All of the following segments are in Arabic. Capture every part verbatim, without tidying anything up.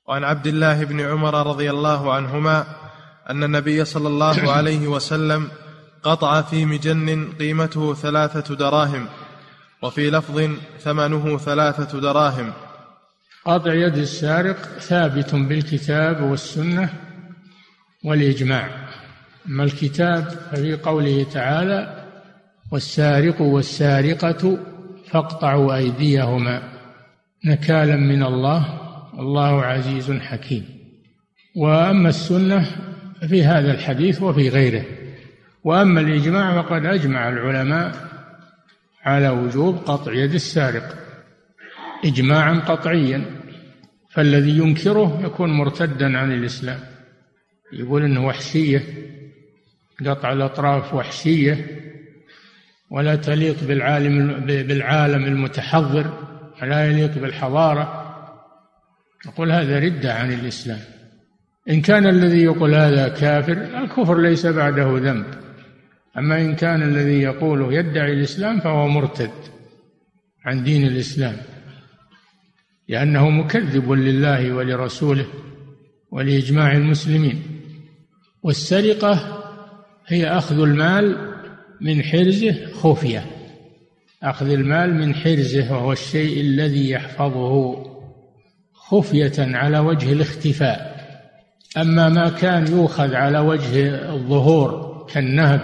وعن عبد الله بن عمر رضي الله عنهما أن النبي صلى الله عليه وسلم قطع في مجن قيمته ثلاثة دراهم، وفي لفظ ثمنه ثلاثة دراهم. قطع يد السارق ثابت بالكتاب والسنة والإجماع. أما الكتاب ففي قوله تعالى: والسارق والسارقة فاقطعوا أيديهما نكالا من الله والله عزيز حكيم. وأما السنة في هذا الحديث وفي غيره. وأما الإجماع فقد أجمع العلماء على وجوب قطع يد السارق إجماعا قطعيا، فالذي ينكره يكون مرتدا عن الإسلام، يقول إنه وحشية، قطع الأطراف وحشية ولا تليق بالعالم بالعالم المتحضر، ولا يليق بالحضارة، يقول هذا ردة عن الإسلام. إن كان الذي يقول هذا كافر، الكفر ليس بعده ذنب. أما إن كان الذي يقوله يدعي الإسلام فهو مرتد عن دين الإسلام، لأنه مكذب لله ولرسوله ولإجماع المسلمين. والسرقة هي أخذ المال من حرزه خفية، أخذ المال من حرزه، وهو الشيء الذي يحفظه خفية على وجه الاختفاء. أما ما كان يؤخذ على وجه الظهور كالنهب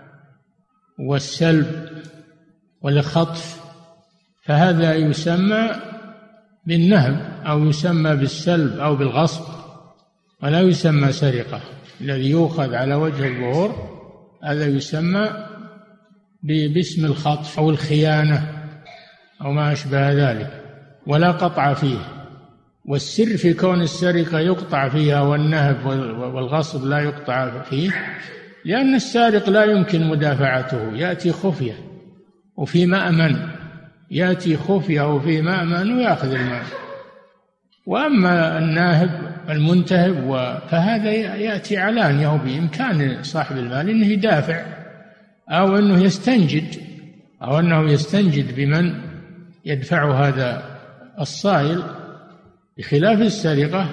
والسلب والخطف فهذا يسمى بالنهب أو يسمى بالسلب أو بالغصب، ولا يسمى سرقة. الذي يؤخذ على وجه الظهور هذا يسمى باسم الخطف أو الخيانة أو ما أشبه ذلك، ولا قطع فيه. والسر في كون السرقة يقطع فيها والنهب والغصب لا يقطع فيه، لأن السارق لا يمكن مدافعته، يأتي خفية وفي مأمن، يأتي خفية وفي مأمن ويأخذ المال. وأما الناهب المنتهب فهذا يأتي علانية، وبإمكان صاحب المال أنه يدافع أو أنه يستنجد أو أنه يستنجد بمن يدفع هذا الصائل، بخلاف السرقة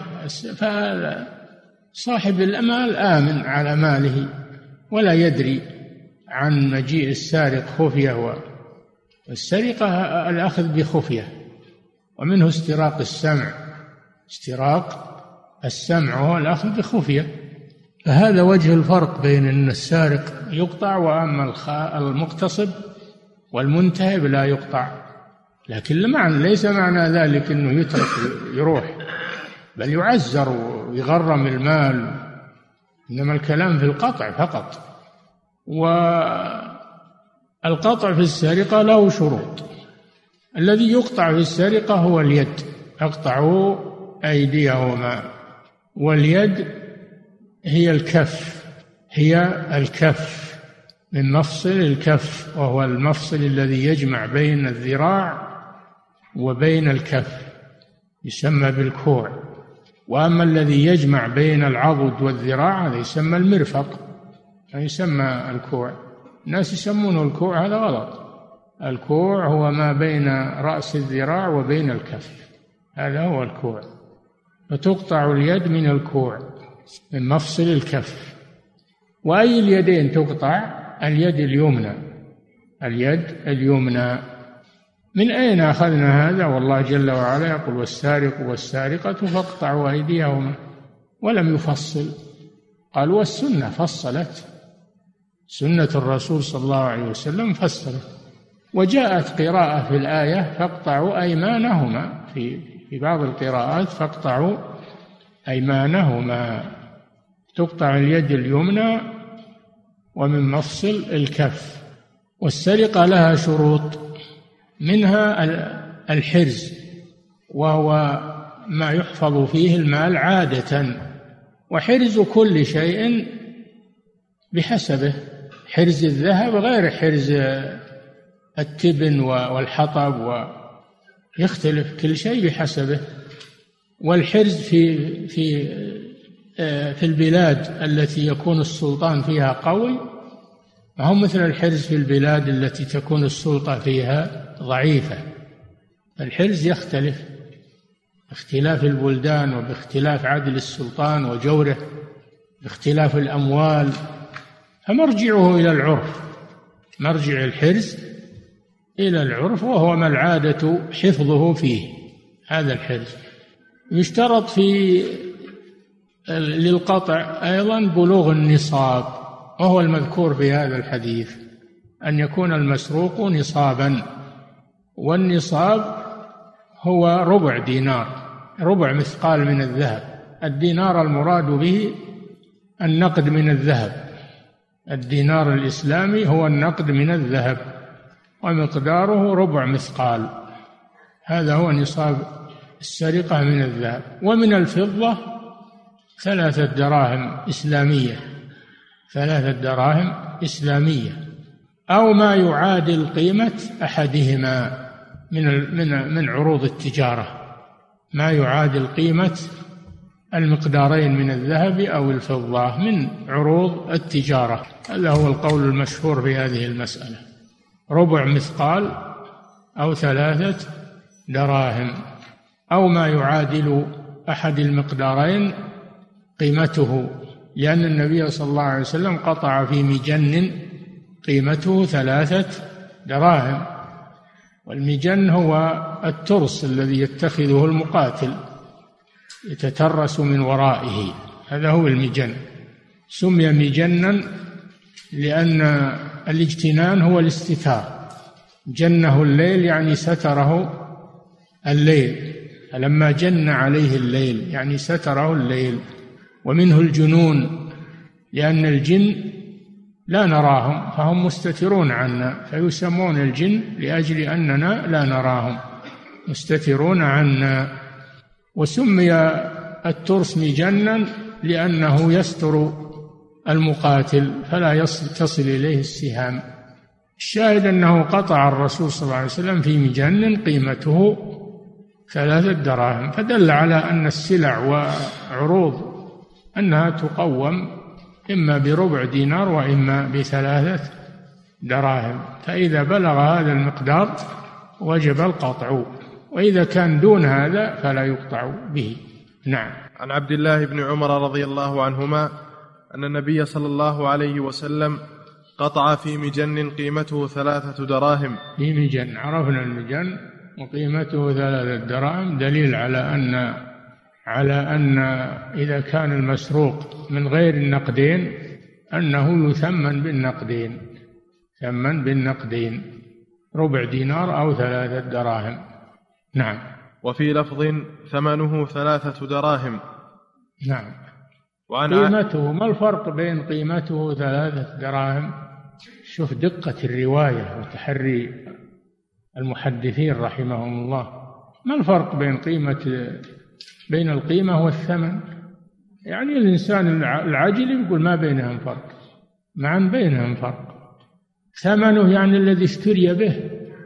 فصاحب المال آمن على ماله ولا يدري عن مجيء السارق خفية. والسرقة الأخذ بخفية، ومنه استراق السمع، استراق السمع هو الأخذ بخفية. فهذا وجه الفرق بين أن السارق يقطع وأما المغتصب والمنتهب لا يقطع. لكن ليس معنى ذلك أنه يترك يروح، بل يعزر ويغرم المال، إنما الكلام في القطع فقط. والقطع في السرقة له شروط. الذي يقطع في السرقة هو اليد، اقطعوا أيديهما. واليد هي الكف، هي الكف من مفصل الكف، وهو المفصل الذي يجمع بين الذراع وبين الكف يسمى بالكوع. وأما الذي يجمع بين العضد والذراع هذا يسمى المرفق، يسمى الكوع. الناس يسمونه الكوع، هذا غلط. الكوع هو ما بين رأس الذراع وبين الكف، هذا هو الكوع. فتقطع اليد من الكوع من مفصل الكف. وأي اليدين تقطع؟ اليد اليمنى، اليد اليمنى. من أين أخذنا هذا؟ والله جل وعلا يقول: والسارق والسارقة فاقطعوا أيديهما، ولم يفصل. قال: والسنة فصلت، سنة الرسول صلى الله عليه وسلم فصلت. وجاءت قراءة في الآية: فاقطعوا أيمانهما، في في بعض القراءات فاقطعوا أيمانهما، تقطع اليد اليمنى ومن مفصل الكف. والسرقة لها شروط، منها الحرز، وهو ما يحفظ فيه المال عادة. وحرز كل شيء بحسبه، حرز الذهب غير حرز التبن والحطب، ويختلف كل شيء بحسبه. والحرز في في في البلاد التي يكون السلطان فيها قوي ما هو مثل الحرز في البلاد التي تكون السلطة فيها ضعيفة، الحرز يختلف. باختلاف البلدان وباختلاف عدل السلطان وجوره، باختلاف الأموال، فمرجعه إلى العرف، مرجع الحرز إلى العرف، وهو ما العادة حفظه فيه هذا الحرز. يشترط في للقطع أيضا بلوغ النصاب، وهو المذكور في هذا الحديث، أن يكون المسروق نصابا، والنصاب هو ربع دينار، ربع مثقال من الذهب. الدينار المراد به النقد من الذهب، الدينار الإسلامي هو النقد من الذهب، ومقداره ربع مثقال، هذا هو نصاب السرقة من الذهب. ومن الفضة ثلاثة دراهم إسلامية، ثلاثة دراهم إسلامية، أو ما يعادل قيمة أحدهما من من من عروض التجارة، ما يعادل قيمة المقدارين من الذهب أو الفضة من عروض التجارة. هذا هو القول المشهور في هذه المسألة، ربع مثقال أو ثلاثة دراهم، أو ما يعادل أحد المقدارين قيمته، لأن النبي صلى الله عليه وسلم قطع في مجن قيمته ثلاثة دراهم، والمجن هو الترس الذي يتخذه المقاتل يتترس من ورائه، هذا هو المجن. سمي مجنا لأن الاجتنان هو الاستتار، جنه الليل يعني ستره الليل، فلما جن عليه الليل يعني ستره الليل. ومنه الجنون، لأن الجن لا نراهم فهم مستترون عنا، فيسمون الجن لأجل أننا لا نراهم، مستترون عنا. وسمي الترس مجنا لأنه يستر المقاتل فلا يصل تصل إليه السهام. الشاهد أنه قطع الرسول صلى الله عليه وسلم في مجن قيمته ثلاثة دراهم، فدل على أن السلع وعروض أنها تقوم إما بربع دينار وإما بثلاثة دراهم، فإذا بلغ هذا المقدار وجب القطع، وإذا كان دون هذا فلا يقطع به. نعم. عن عبد الله بن عمر رضي الله عنهما أن النبي صلى الله عليه وسلم قطع في مجن قيمته ثلاثة دراهم. في مجن، عرفنا المجن وقيمته ثلاثة دراهم، دليل على أن على أن إذا كان المسروق من غير النقدين أنه يثمن بالنقدين، ثمن بالنقدين، ربع دينار أو ثلاثة دراهم. نعم. وفي لفظ ثمنه ثلاثة دراهم. نعم. وعن قيمته، ما الفرق بين قيمته ثلاثة دراهم؟ شوف دقة الرواية وتحري المحدثين رحمهم الله، ما الفرق بين قيمة بين القيمة والثمن؟ يعني الإنسان العاجل يقول ما بينهم فرق، مع بينهم فرق. ثمنه يعني الذي اشتري به،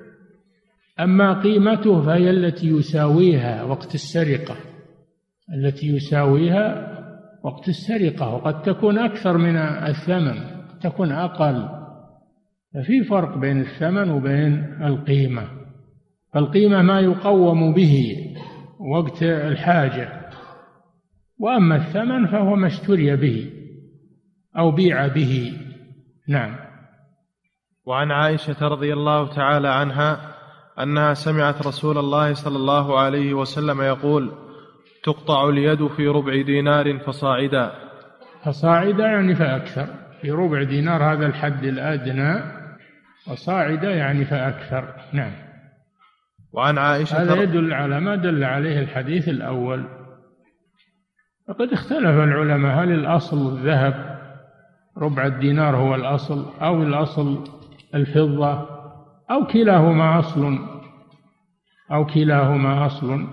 أما قيمته فهي التي يساويها وقت السرقة، التي يساويها وقت السرقة، وقد تكون أكثر من الثمن، قد تكون أقل، ففي فرق بين الثمن وبين القيمة. فالقيمة ما يقوم به وقت الحاجة، وأما الثمن فهو ما اشتري به أو بيع به. نعم. وعن عائشة رضي الله تعالى عنها أنها سمعت رسول الله صلى الله عليه وسلم يقول: تقطع اليد في ربع دينار فصاعدا. فصاعدا يعني فأكثر، في ربع دينار هذا الحد الأدنى، وصاعدا يعني فأكثر. نعم. وعن عائشة هذا يدل على ما دل عليه الحديث الأول. وقد اختلف العلماء هل الأصل الذهب ربع الدينار هو الأصل، أو الأصل الفضة، أو كلاهما أصل، أو كلاهما أصل،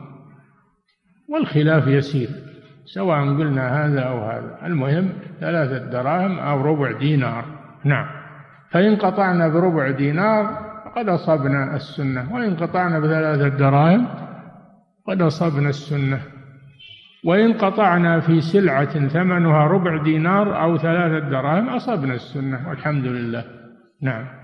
والخلاف يسير سواء قلنا هذا أو هذا، المهم ثلاثة دراهم أو ربع دينار. نعم. فإن قطعنا بربع دينار قد أصبنا السنة، وإن قطعنا بثلاثة دراهم قد أصبنا السنة، وإن قطعنا في سلعة ثمنها ربع دينار أو ثلاثة دراهم أصبنا السنة والحمد لله. نعم.